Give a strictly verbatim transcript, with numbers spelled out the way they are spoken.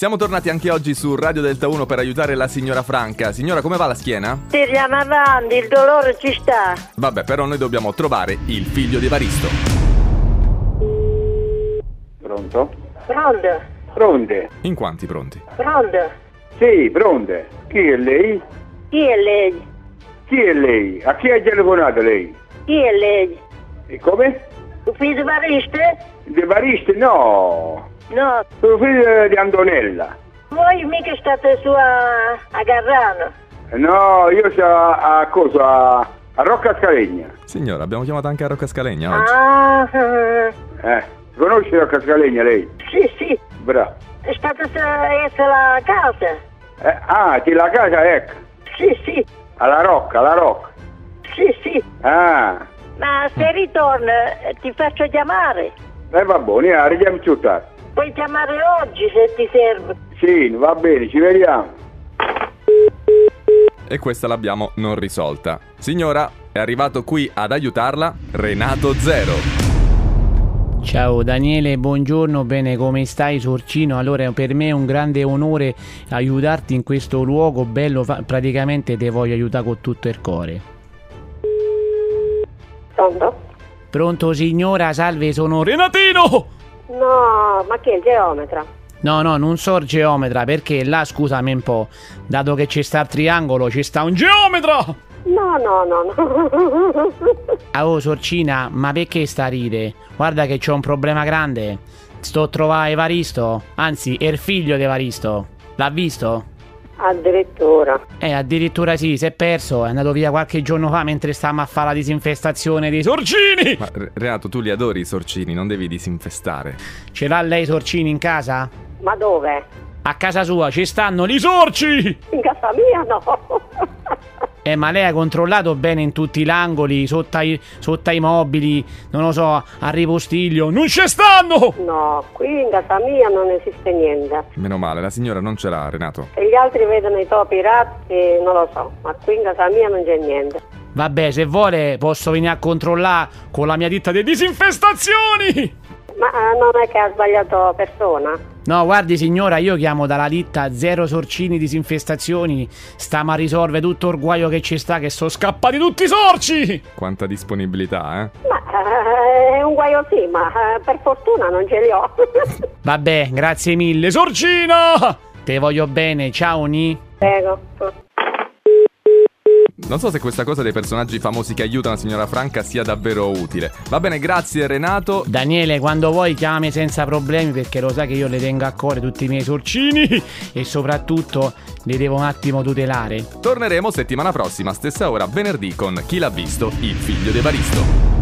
Siamo tornati anche oggi su Radio Delta uno per aiutare la signora Franca. Signora, come va la schiena? Tiriamo avanti, il dolore ci sta. Vabbè, però noi dobbiamo trovare il figlio di Evaristo. Pronto? Pronto? Pronte? In quanti pronti? Pronto? Sì, pronte. Chi è lei? Chi è lei? Chi è lei? A chi ha telefonato lei? Chi è lei? E come? Il figlio di Evaristo? De Bariste? No. No. Sono figlio di Antonella. Voi mica state su a, a Garrano? No, io sto a, a cosa? A, a Rocca Scalegna. Signora, abbiamo chiamato anche a Rocca Scalegna oggi. Ah, eh. Eh, conosci Rocca Scalegna lei? Sì, sì. Bravo. È stata essere la casa? Eh, ah, ti la casa, ecco. Sì, sì. Alla Rocca, alla Rocca. Sì, sì. Ah. Ma se ritorna ti faccio chiamare. Eh, va bene, eh, arriviamo più tardi. Puoi chiamare oggi se ti serve. Sì, va bene, ci vediamo. E questa l'abbiamo non risolta. Signora, è arrivato qui ad aiutarla Renato Zero. Ciao Daniele, buongiorno, bene, come stai Sorcino? Allora per me è un grande onore aiutarti in questo luogo bello, fa- praticamente ti voglio aiutare con tutto il cuore. Pronto? Pronto signora, salve, sono Renatino! No, ma che è il geometra? No, no, non so il geometra, perché là, scusami un po', dato che c'è sta il triangolo, c'è sta un geometra! No, no, no, no. Ah, oh Sorcina, ma perché sta a ride? Guarda che c'ho un problema grande. Sto a trovare Evaristo, anzi, è il figlio di Evaristo. L'ha visto? Addirittura. Eh, addirittura sì, si è perso, è andato via qualche giorno fa mentre stavamo a fare la disinfestazione dei sorcini! Ma Re- Renato, tu li adori i sorcini, non devi disinfestare. Ce l'ha lei i sorcini in casa? Ma dove? A casa sua ci stanno i sorci! In casa mia no. Eh, ma lei ha controllato bene in tutti gli angoli, sotto ai, sotto ai mobili, non lo so, a ripostiglio, non ci stanno! No, qui in casa mia non esiste niente. Meno male, la signora non ce l'ha, Renato. Se gli altri vedono i topi, i ratti, non lo so, ma qui in casa mia non c'è niente. Vabbè, se vuole posso venire a controllare con la mia ditta di disinfestazioni! Ma eh, non è che ha sbagliato persona? No, guardi signora, io chiamo dalla ditta Zero Sorcini Disinfestazioni. Stiamo a risolvere tutto il guaio che ci sta, che sono scappati tutti i sorci! Quanta disponibilità, eh? Ma eh, è un guaio sì, ma eh, per fortuna non ce li ho. Vabbè, grazie mille, sorcina! Te voglio bene, ciao Ni. Prego. Non so se questa cosa dei personaggi famosi che aiutano la signora Franca sia davvero utile. Va bene, grazie Renato. Daniele, quando vuoi chiamami senza problemi, perché lo sai che io le tengo a cuore tutti i miei sorcini e soprattutto li devo un attimo tutelare. Torneremo settimana prossima, stessa ora, venerdì, con Chi l'ha visto? Il figlio di Evaristo.